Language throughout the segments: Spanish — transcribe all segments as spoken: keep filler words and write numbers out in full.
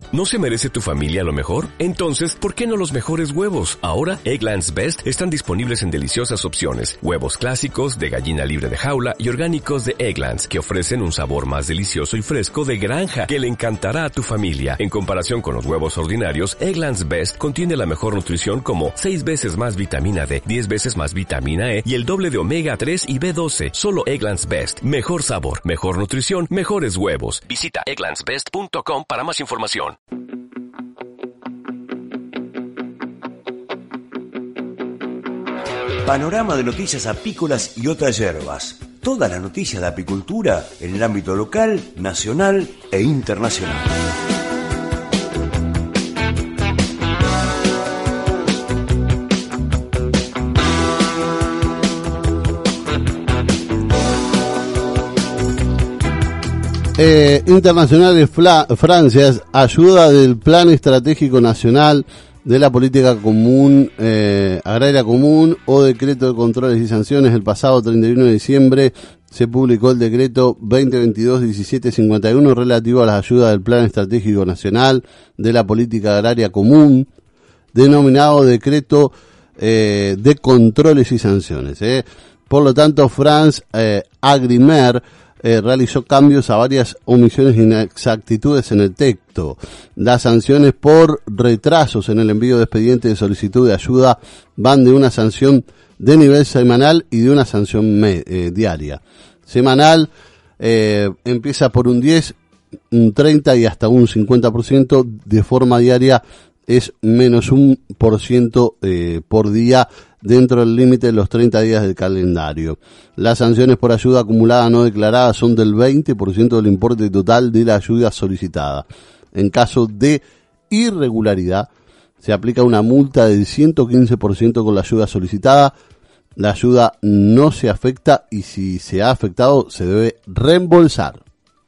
¿No se merece tu familia lo mejor? Entonces, ¿por qué no los mejores huevos? Ahora, Eggland's Best están disponibles en deliciosas opciones. Huevos clásicos, de gallina libre de jaula y orgánicos de Eggland's, que ofrecen un sabor más delicioso y fresco de granja que le encantará a tu familia. En comparación con los huevos ordinarios, Eggland's Best contiene la mejor nutrición como seis veces más vitamina D, diez veces más vitamina E y el doble de omega tres y B doce. Solo Eggland's Best. Mejor sabor, mejor nutrición, mejores huevos. Visita egglands best punto com para más información. Panorama de noticias apícolas y otras hierbas. Toda la noticia de apicultura en el ámbito local, nacional e internacional. Eh, internacionales, Fla- Francia, ayuda del Plan Estratégico Nacional de la Política Común, eh, Agraria Común o Decreto de Controles y Sanciones. El pasado treinta y uno de diciembre se publicó el Decreto veinte veintidós diecisiete cincuenta y uno relativo a las ayudas del Plan Estratégico Nacional de la Política Agraria Común, denominado Decreto eh, de Controles y Sanciones. Eh. Por lo tanto, France eh, Agrimer Eh, realizó cambios a varias omisiones e inexactitudes en el texto. Las sanciones por retrasos en el envío de expedientes de solicitud de ayuda van de una sanción de nivel semanal y de una sanción me, eh, diaria. Semanal eh, empieza por un diez, un treinta y hasta un cincuenta por ciento. De forma diaria es menos un por ciento eh, por día, dentro del límite de los treinta días del calendario. Las sanciones por ayuda acumulada no declarada son del veinte por ciento del importe total de la ayuda solicitada. En caso de irregularidad, se aplica una multa del ciento quince por ciento con la ayuda solicitada. La ayuda no se afecta y si se ha afectado se debe reembolsar.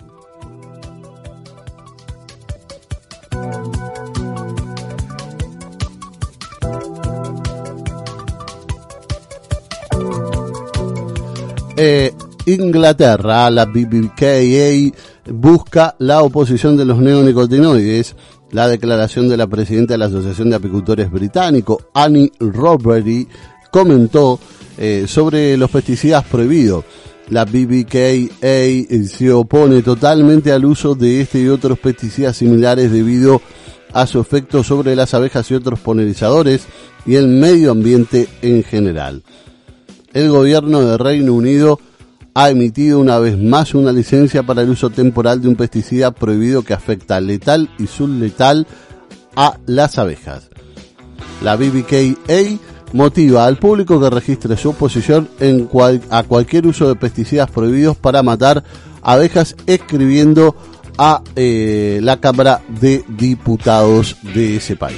Eh, Inglaterra, la B B K A busca la oposición de los neonicotinoides. La declaración de la presidenta de la Asociación de Apicultores Británico, Annie Roberty, comentó eh, sobre los pesticidas prohibidos. La B B K A se opone totalmente al uso de este y otros pesticidas similares debido a su efecto sobre las abejas y otros polinizadores y el medio ambiente en general. El gobierno de Reino Unido ha emitido una vez más una licencia para el uso temporal de un pesticida prohibido que afecta letal y subletal a las abejas. La B B K A motiva al público que registre su oposición en cual, a cualquier uso de pesticidas prohibidos para matar abejas, escribiendo a eh, la Cámara de Diputados de ese país.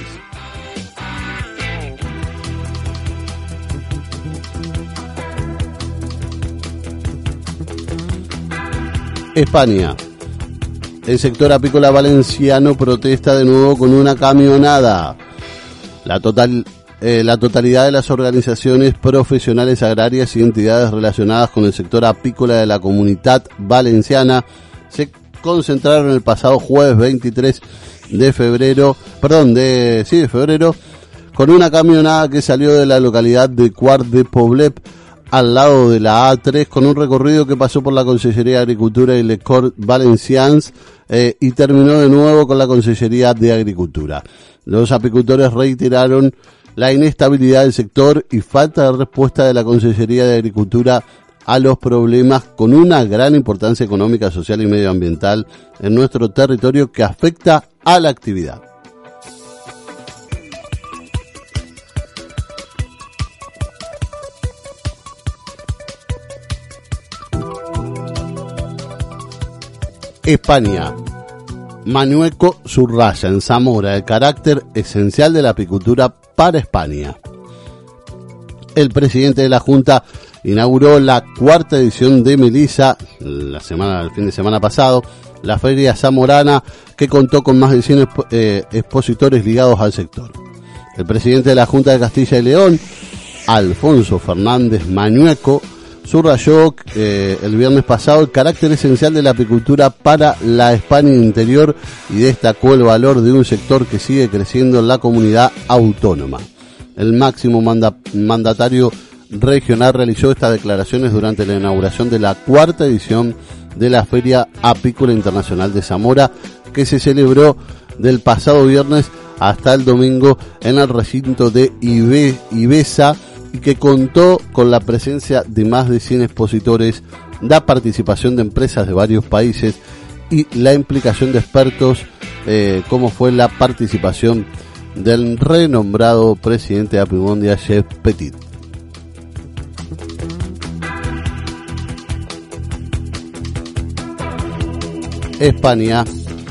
España. El sector apícola valenciano protesta de nuevo con una camionada. La total, eh, la totalidad de las organizaciones profesionales agrarias y entidades relacionadas con el sector apícola de la Comunitat Valenciana se concentraron el pasado jueves veintitrés de febrero, perdón, de, sí, de febrero, con una camionada que salió de la localidad de Quart de Poblet, al lado de la A tres, con un recorrido que pasó por la Consellería de Agricultura y Les Corts Valencians eh, y terminó de nuevo con la Consellería de Agricultura. Los apicultores reiteraron la inestabilidad del sector y falta de respuesta de la Consellería de Agricultura a los problemas con una gran importancia económica, social y medioambiental en nuestro territorio que afecta a la actividad. España. Mañueco subraya en Zamora el carácter esencial de la apicultura para España. El presidente de la Junta inauguró la cuarta edición de Melisa la semana, el fin de semana pasado, la feria zamorana, que contó con más de cien expo, eh, expositores ligados al sector. El presidente de la Junta de Castilla y León, Alfonso Fernández Mañueco, subrayó eh, el viernes pasado el carácter esencial de la apicultura para la España interior y destacó el valor de un sector que sigue creciendo en la comunidad autónoma. El máximo manda- mandatario regional realizó estas declaraciones durante la inauguración de la cuarta edición de la Feria Apícola Internacional de Zamora, que se celebró del pasado viernes hasta el domingo en el recinto de Ibe- Ibesa y que contó con la presencia de más de cien expositores, la participación de empresas de varios países y la implicación de expertos, eh, como fue la participación del renombrado presidente de Apimondia, Jeff Petit. España.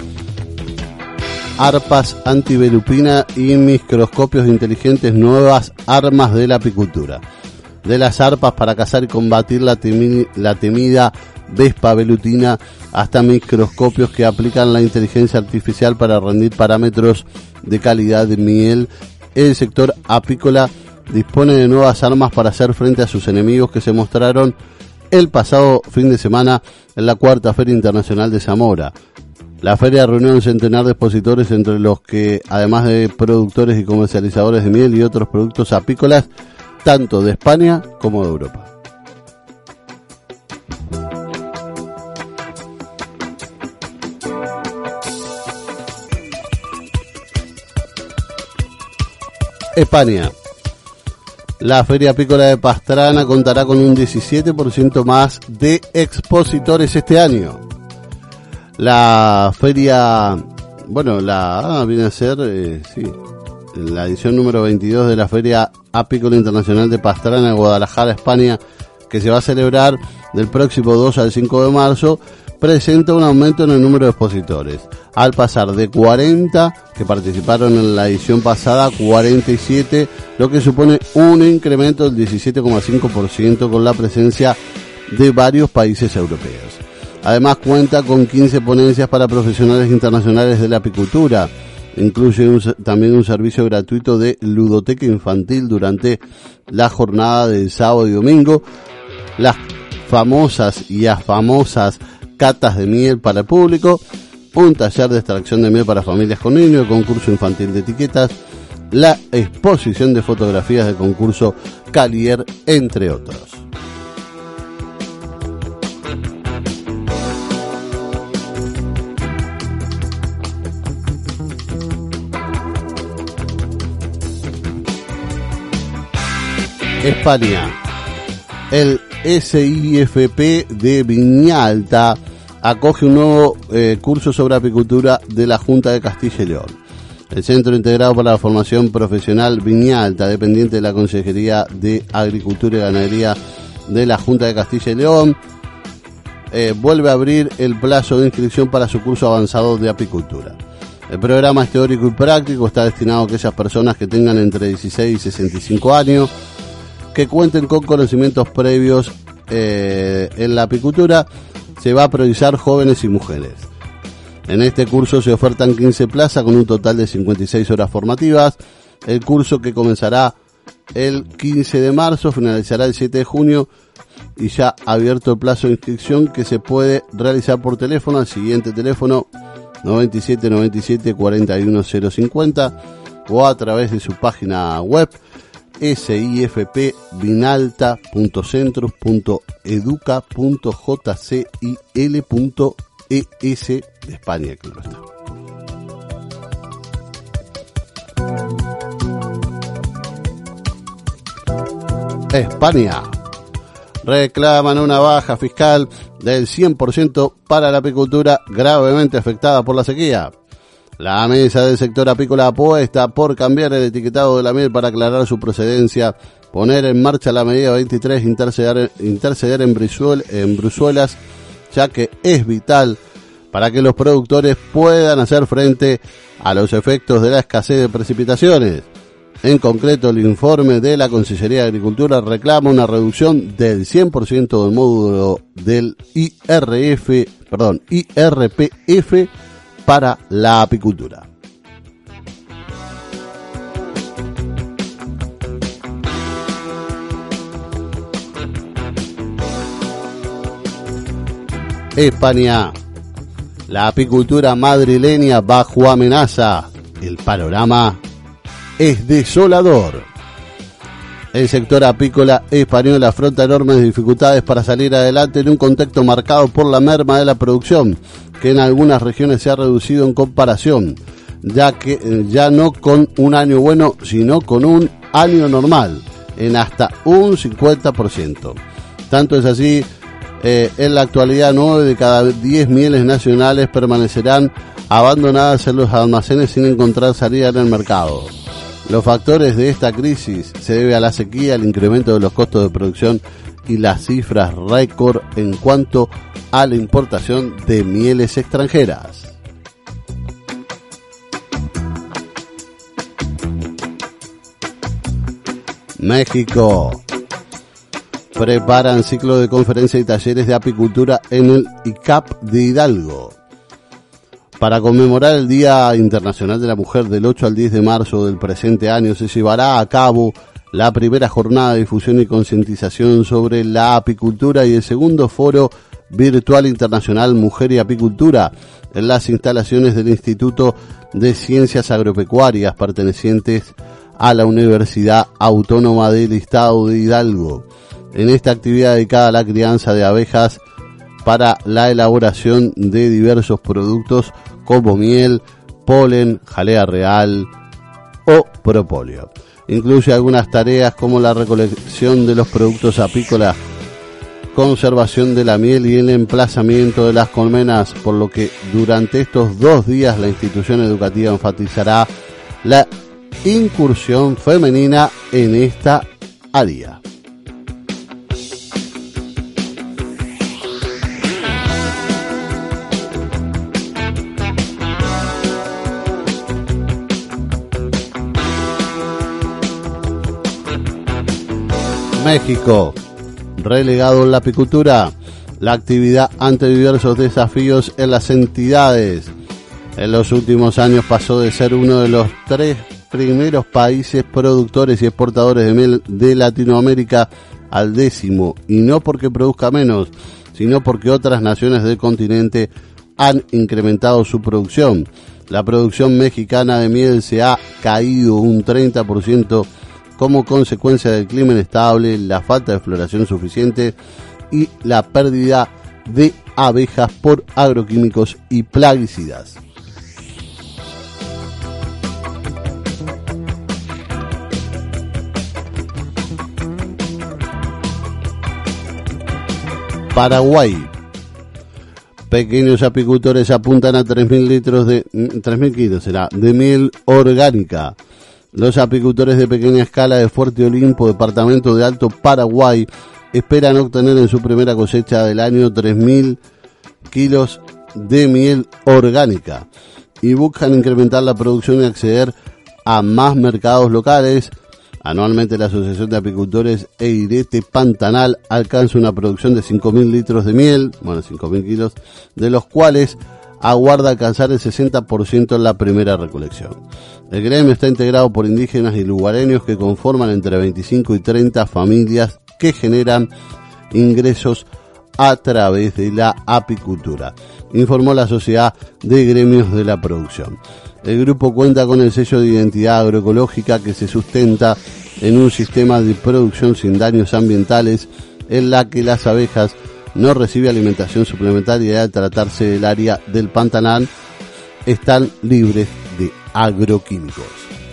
Arpas antivelupina y microscopios inteligentes, nuevas armas de la apicultura. De las arpas para cazar y combatir la, temi- la temida Vespa velutina hasta microscopios que aplican la inteligencia artificial para rendir parámetros de calidad de miel, el sector apícola dispone de nuevas armas para hacer frente a sus enemigos que se mostraron el pasado fin de semana en la cuarta Feria Internacional de Zamora. La feria reunió un centenar de expositores, entre los que, además de productores y comercializadores de miel y otros productos apícolas, tanto de España como de Europa. España. La Feria Apícola de Pastrana contará con un diecisiete por ciento más de expositores este año. La feria, bueno, la ah, viene a ser, eh, sí, la edición número veintidós de la Feria Apícola Internacional de Pastrana de Guadalajara, España, que se va a celebrar del próximo dos al cinco de marzo, presenta un aumento en el número de expositores, al pasar de cuarenta que participaron en la edición pasada a cuarenta y siete, lo que supone un incremento del diecisiete coma cinco por ciento con la presencia de varios países europeos. Además cuenta con quince ponencias para profesionales internacionales de la apicultura. Incluye un, también un servicio gratuito de ludoteca infantil durante la jornada del sábado y domingo. Las famosas y afamosas catas de miel para el público. Un taller de extracción de miel para familias con niños, el concurso infantil de etiquetas, la exposición de fotografías del concurso Calier, entre otros. España. El S I F P de Viñalta acoge un nuevo eh, curso sobre apicultura de la Junta de Castilla y León. El Centro Integrado para la Formación Profesional Viñalta, dependiente de la Consejería de Agricultura y Ganadería de la Junta de Castilla y León, eh, vuelve a abrir el plazo de inscripción para su curso avanzado de apicultura. El programa es teórico y práctico, está destinado a aquellas personas que tengan entre dieciséis y sesenta y cinco años, que cuenten con conocimientos previos eh, en la apicultura. Se va a priorizar jóvenes y mujeres. En este curso se ofertan quince plazas con un total de cincuenta y seis horas formativas. El curso, que comenzará el quince de marzo, finalizará el siete de junio y ya abierto el plazo de inscripción, que se puede realizar por teléfono al siguiente teléfono noventa y siete noventa y siete cuarenta y uno cero cincuenta o a través de su página web sifpvinalta punto centros punto educa punto jcil punto es de España, claro está. España. Reclaman una baja fiscal del cien por ciento para la apicultura gravemente afectada por la sequía. La mesa del sector apícola apuesta por cambiar el etiquetado de la miel para aclarar su procedencia, poner en marcha la medida veintitrés, interceder, interceder en, Brusuel, en Bruselas, ya que es vital para que los productores puedan hacer frente a los efectos de la escasez de precipitaciones. En concreto, el informe de la Consellería de Agricultura reclama una reducción del cien por ciento del módulo del I R F, perdón, I R P F para la apicultura. España. La apicultura madrileña bajo amenaza. El panorama es desolador. El sector apícola español afronta enormes dificultades para salir adelante en un contexto marcado por la merma de la producción, que en algunas regiones se ha reducido en comparación, ya que ya no con un año bueno, sino con un año normal, en hasta un cincuenta por ciento. Tanto es así, eh, en la actualidad nueve de cada diez mieles nacionales permanecerán abandonadas en los almacenes sin encontrar salida en el mercado. Los factores de esta crisis se debe a la sequía, el incremento de los costos de producción y las cifras récord en cuanto a la importación de mieles extranjeras. México. Preparan ciclo de conferencias y talleres de apicultura en el I C A P de Hidalgo. Para conmemorar el Día Internacional de la Mujer del ocho al diez de marzo del presente año, se llevará a cabo la primera jornada de difusión y concientización sobre la apicultura y el segundo foro virtual internacional Mujer y Apicultura en las instalaciones del Instituto de Ciencias Agropecuarias pertenecientes a la Universidad Autónoma del Estado de Hidalgo. En esta actividad dedicada a la crianza de abejas para la elaboración de diversos productos como miel, polen, jalea real o propóleo. Incluye algunas tareas como la recolección de los productos apícolas, conservación de la miel y el emplazamiento de las colmenas, por lo que durante estos dos días la institución educativa enfatizará la incursión femenina en esta área. México, relegado en la apicultura, la actividad ante diversos desafíos en las entidades. En los últimos años pasó de ser uno de los tres primeros países productores y exportadores de miel de Latinoamérica al décimo, y no porque produzca menos, sino porque otras naciones del continente han incrementado su producción. La producción mexicana de miel se ha caído un treinta por ciento como consecuencia del clima inestable, la falta de floración suficiente y la pérdida de abejas por agroquímicos y plaguicidas. Paraguay. Pequeños apicultores apuntan a tres mil litros de tres mil kilos será de miel orgánica. Los apicultores de pequeña escala de Fuerte Olimpo, departamento de Alto Paraguay, esperan obtener en su primera cosecha del año tres mil kilos de miel orgánica y buscan incrementar la producción y acceder a más mercados locales. Anualmente la Asociación de Apicultores Eirete Pantanal alcanza una producción de cinco mil litros de miel, bueno, cinco mil kilos, de los cuales aguarda alcanzar el sesenta por ciento en la primera recolección. El gremio está integrado por indígenas y lugareños que conforman entre veinticinco y treinta familias que generan ingresos a través de la apicultura, informó la Sociedad de Gremios de la Producción. El grupo cuenta con el sello de identidad agroecológica que se sustenta en un sistema de producción sin daños ambientales en la que las abejas no reciben alimentación suplementaria y al tratarse del área del Pantanal están libres de agroquímicos.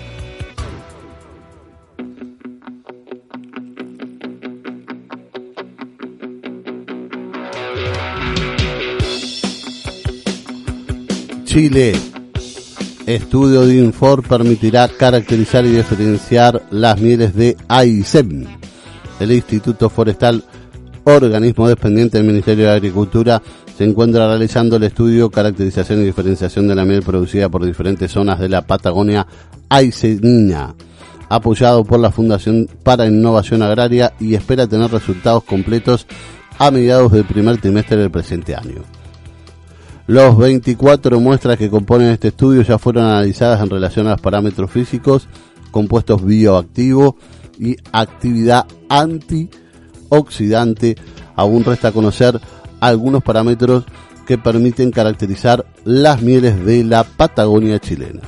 Chile. Estudio de Infor permitirá caracterizar y diferenciar las mieles de Aysén. El Instituto Forestal, organismo dependiente del Ministerio de Agricultura, se encuentra realizando el estudio, caracterización y diferenciación de la miel producida por diferentes zonas de la Patagonia aysenina, apoyado por la Fundación para Innovación Agraria, y espera tener resultados completos a mediados del primer trimestre del presente año. Los veinticuatro muestras que componen este estudio ya fueron analizadas en relación a los parámetros físicos, compuestos bioactivos y actividad antioxidante. Aún resta conocer algunos parámetros que permiten caracterizar las mieles de la Patagonia chilena.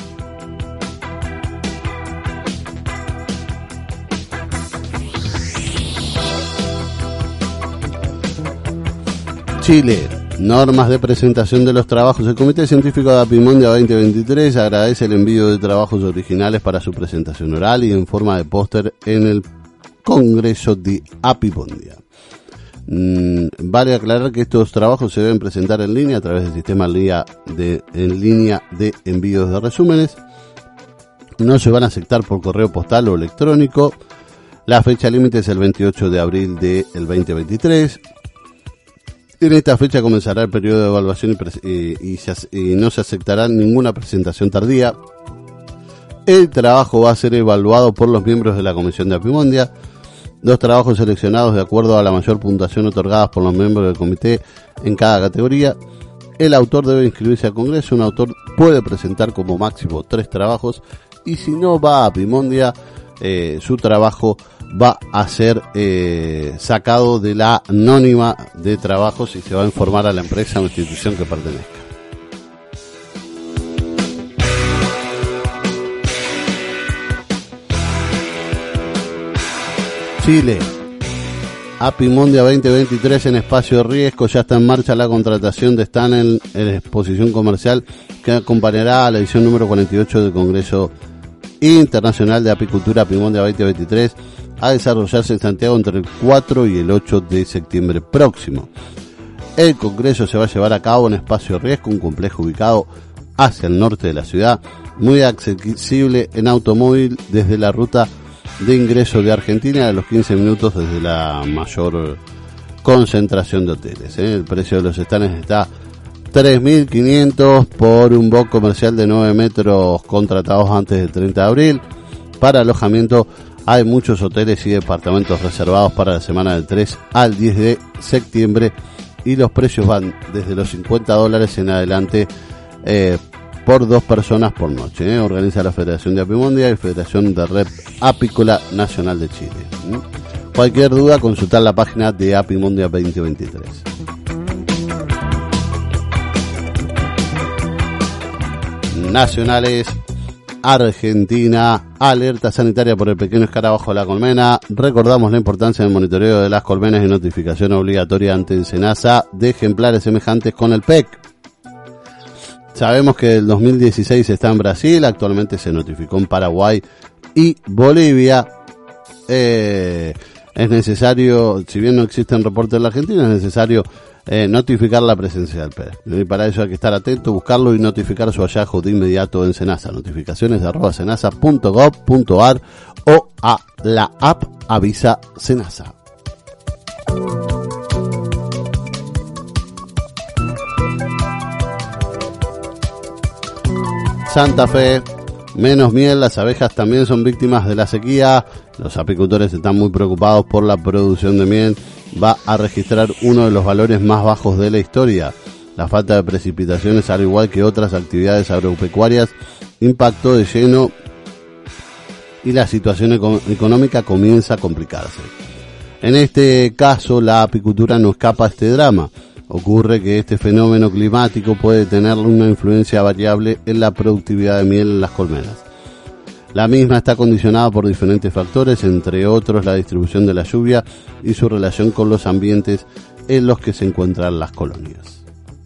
Chile. Normas de presentación de los trabajos. El Comité Científico de Apimondia veinte veintitrés agradece el envío de trabajos originales para su presentación oral y en forma de póster en el Congreso de Apimondia. Mm, vale aclarar que estos trabajos se deben presentar en línea a través del sistema en línea de, en línea de envíos de resúmenes. No se van a aceptar por correo postal o electrónico. La fecha límite es el veintiocho de abril del veinte veintitrés. En esta fecha comenzará el periodo de evaluación y, pre- y, y, se, y no se aceptará ninguna presentación tardía. El trabajo va a ser evaluado por los miembros de la Comisión de Apimondia. Los trabajos seleccionados de acuerdo a la mayor puntuación otorgada por los miembros del comité en cada categoría. El autor debe inscribirse al Congreso. Un autor puede presentar como máximo tres trabajos y si no va a Apimondia, eh, su trabajo va a ser eh, sacado de la anónima de trabajos y se va a informar a la empresa o institución que pertenezca. Chile. Apimondia veinte veintitrés en espacio de riesgo. Ya está en marcha la contratación de stand en, en la exposición comercial que acompañará a la edición número cuarenta y ocho del Congreso Internacional de Apicultura Apimondia veinte veintitrés a desarrollarse en Santiago entre el cuatro y el ocho de septiembre próximo. El congreso se va a llevar a cabo en Espacio Riesgo, un complejo ubicado hacia el norte de la ciudad, muy accesible en automóvil desde la ruta de ingreso de Argentina a los quince minutos desde la mayor concentración de hoteles. ¿eh? El precio de los stands está tres mil quinientos por un box comercial de nueve metros contratados antes del treinta de abril. Para alojamiento hay muchos hoteles y departamentos reservados para la semana del tres al diez de septiembre y los precios van desde los cincuenta dólares en adelante eh, por dos personas por noche. ¿eh? Organiza la Federación de Apimondia y Federación de Red Apícola Nacional de Chile. ¿eh? Cualquier duda, consultar la página de Apimondia veinte veintitrés. Nacionales. Argentina, alerta sanitaria por el pequeño escarabajo de la colmena. Recordamos la importancia del monitoreo de las colmenas y notificación obligatoria ante SENASA de ejemplares semejantes con el P E C. Sabemos que el dos mil dieciséis está en Brasil, actualmente se notificó en Paraguay y Bolivia. Eh, es necesario, si bien no existen reportes en la Argentina, es necesario Eh, notificar la presencia del P E C. Y para eso hay que estar atento, buscarlo y notificar su hallazgo de inmediato en SENASA. Notificaciones de arroba senasa punto gov punto ar o a la app Avisa SENASA. Santa Fe. Menos miel, las abejas también son víctimas de la sequía. Los apicultores están muy preocupados por la producción de miel. Va a registrar uno de los valores más bajos de la historia. La falta de precipitaciones, al igual que otras actividades agropecuarias, impactó de lleno y la situación eco- económica comienza a complicarse. En este caso, la apicultura no escapa a este drama. Ocurre que este fenómeno climático puede tener una influencia variable en la productividad de miel en las colmenas. La misma está condicionada por diferentes factores, entre otros la distribución de la lluvia y su relación con los ambientes en los que se encuentran las colonias.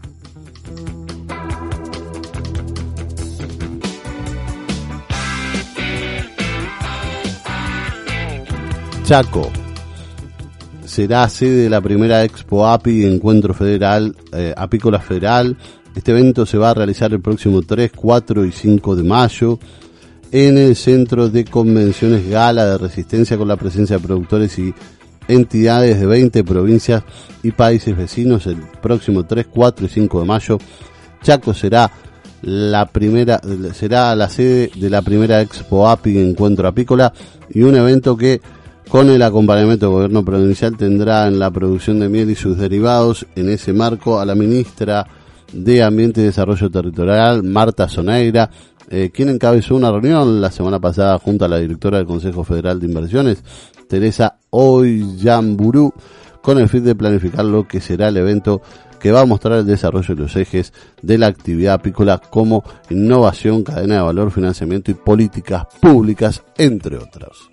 Chaco será sede de la primera Expo API, Encuentro Federal, eh, Apícola Federal. Este evento se va a realizar el próximo tres, cuatro y cinco de mayo en el Centro de Convenciones Gala de Resistencia, con la presencia de productores y entidades de veinte provincias y países vecinos. El próximo tres, cuatro y cinco de mayo, Chaco será la primera, será la sede de la primera Expo API, Encuentro Apícola, y un evento que, con el acompañamiento del gobierno provincial, tendrá en la producción de miel y sus derivados, en ese marco, a la ministra de Ambiente y Desarrollo Territorial, Marta Soneira, eh, quien encabezó una reunión la semana pasada junto a la directora del Consejo Federal de Inversiones, Teresa Ollamburu, con el fin de planificar lo que será el evento que va a mostrar el desarrollo de los ejes de la actividad apícola como innovación, cadena de valor, financiamiento y políticas públicas, entre otros.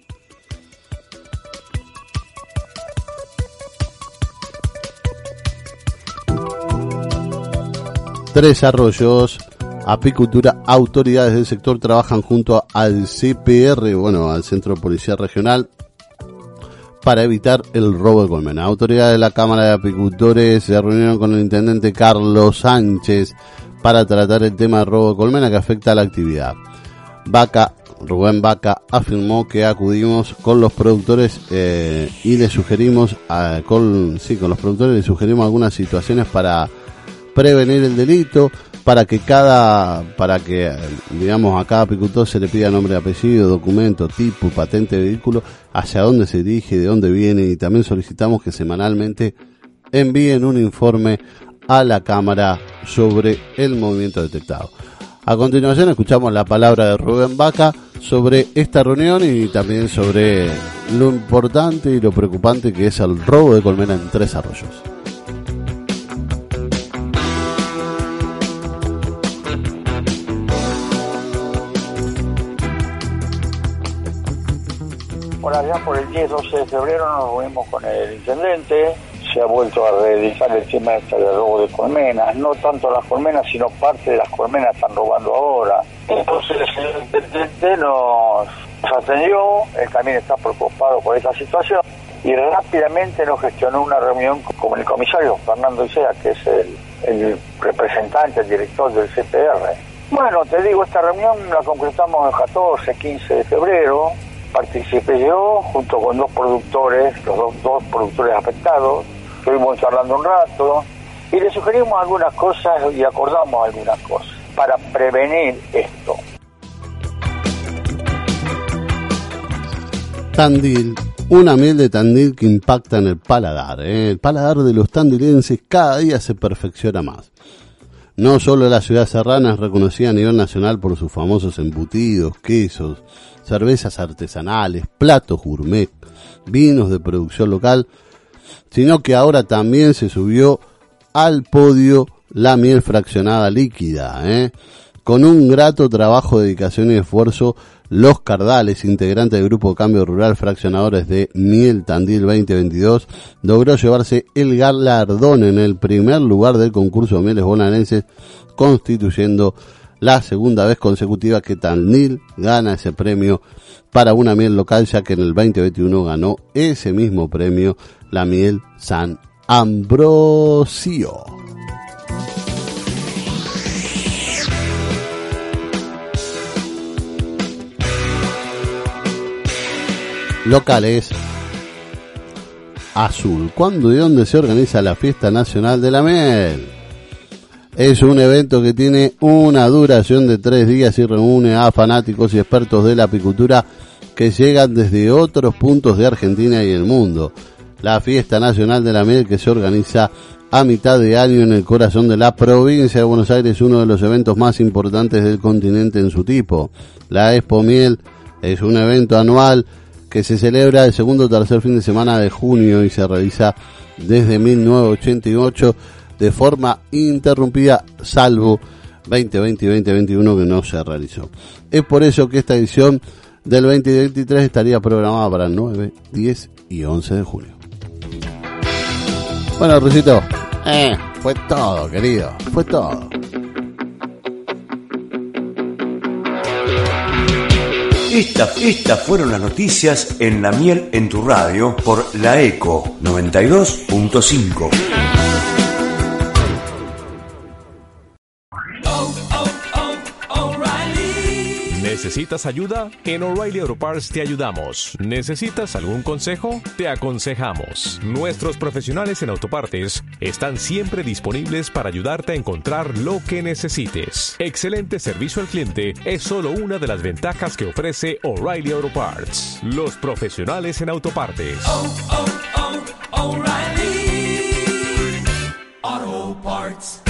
Tres Arroyos, apicultura, autoridades del sector trabajan junto al C P R, bueno, al Centro de Policía Regional, para evitar el robo de colmena. Autoridades de la Cámara de Apicultores se reunieron con el intendente Carlos Sánchez para tratar el tema de robo de colmena que afecta a la actividad. Vaca, Rubén Vaca afirmó que acudimos con los productores eh, y le sugerimos, a, con, sí, con los productores le sugerimos algunas situaciones para prevenir el delito, para que cada, para que digamos a cada apicultor se le pida nombre, apellido, documento, tipo, patente de vehículo, hacia dónde se dirige, de dónde viene, y también solicitamos que semanalmente envíen un informe a la Cámara sobre el movimiento detectado. A continuación escuchamos la palabra de Rubén Vaca sobre esta reunión y también sobre lo importante y lo preocupante que es el robo de colmena en Tres Arroyos. Por allá por el diez doce de febrero nos reunimos con el intendente, se ha vuelto a reeditar el tema este del robo de colmenas, no tanto las colmenas, sino parte de las colmenas están robando ahora. Entonces el intendente nos atendió, él también está preocupado por esta situación y rápidamente nos gestionó una reunión con el comisario Fernando Isea, que es el, el representante, el director del C P R. Bueno, te digo, esta reunión la concretamos el catorce, quince de febrero. Participé yo junto con dos productores, los dos, dos productores afectados, estuvimos charlando un rato y le sugerimos algunas cosas y acordamos algunas cosas para prevenir esto. Tandil, una miel de Tandil que impacta en el paladar, ¿eh? El paladar de los tandilenses cada día se perfecciona más. No solo la ciudad serrana es reconocida a nivel nacional por sus famosos embutidos, quesos, cervezas artesanales, platos gourmet, vinos de producción local, sino que ahora también se subió al podio la miel fraccionada líquida, ¿eh? Con un grato trabajo, dedicación y esfuerzo, Los Cardales, integrante del Grupo Cambio Rural Fraccionadores de Miel Tandil veinte veintidós, logró llevarse el galardón en el primer lugar del concurso de mieles bonaerenses, constituyendo la segunda vez consecutiva que Tandil gana ese premio para una miel local, ya que en el veinte veintiuno ganó ese mismo premio la miel San Ambrosio. Locales. Azul. ¿Cuándo y dónde se organiza la Fiesta Nacional de la Miel? Es un evento que tiene una duración de tres días y reúne a fanáticos y expertos de la apicultura que llegan desde otros puntos de Argentina y el mundo. La Fiesta Nacional de la Miel, que se organiza a mitad de año en el corazón de la provincia de Buenos Aires, uno de los eventos más importantes del continente en su tipo. La Expo Miel es un evento anual que se celebra el segundo o tercer fin de semana de junio y se realiza desde mil novecientos ochenta y ocho de forma interrumpida, salvo veinte veinte y veinte veintiuno que no se realizó. Es por eso que esta edición del veinte veintitrés estaría programada para el nueve, diez y once de junio. Bueno, Rusito, eh, fue todo, querido, fue todo. Esta, estas fueron las noticias en La Miel en tu radio por La Eco noventa y dos punto cinco. ¿Necesitas ayuda? En O'Reilly Auto Parts te ayudamos. ¿Necesitas algún consejo? Te aconsejamos. Nuestros profesionales en autopartes están siempre disponibles para ayudarte a encontrar lo que necesites. Excelente servicio al cliente es solo una de las ventajas que ofrece O'Reilly Auto Parts. Los profesionales en autopartes. Oh, oh, oh, O'Reilly Auto Parts.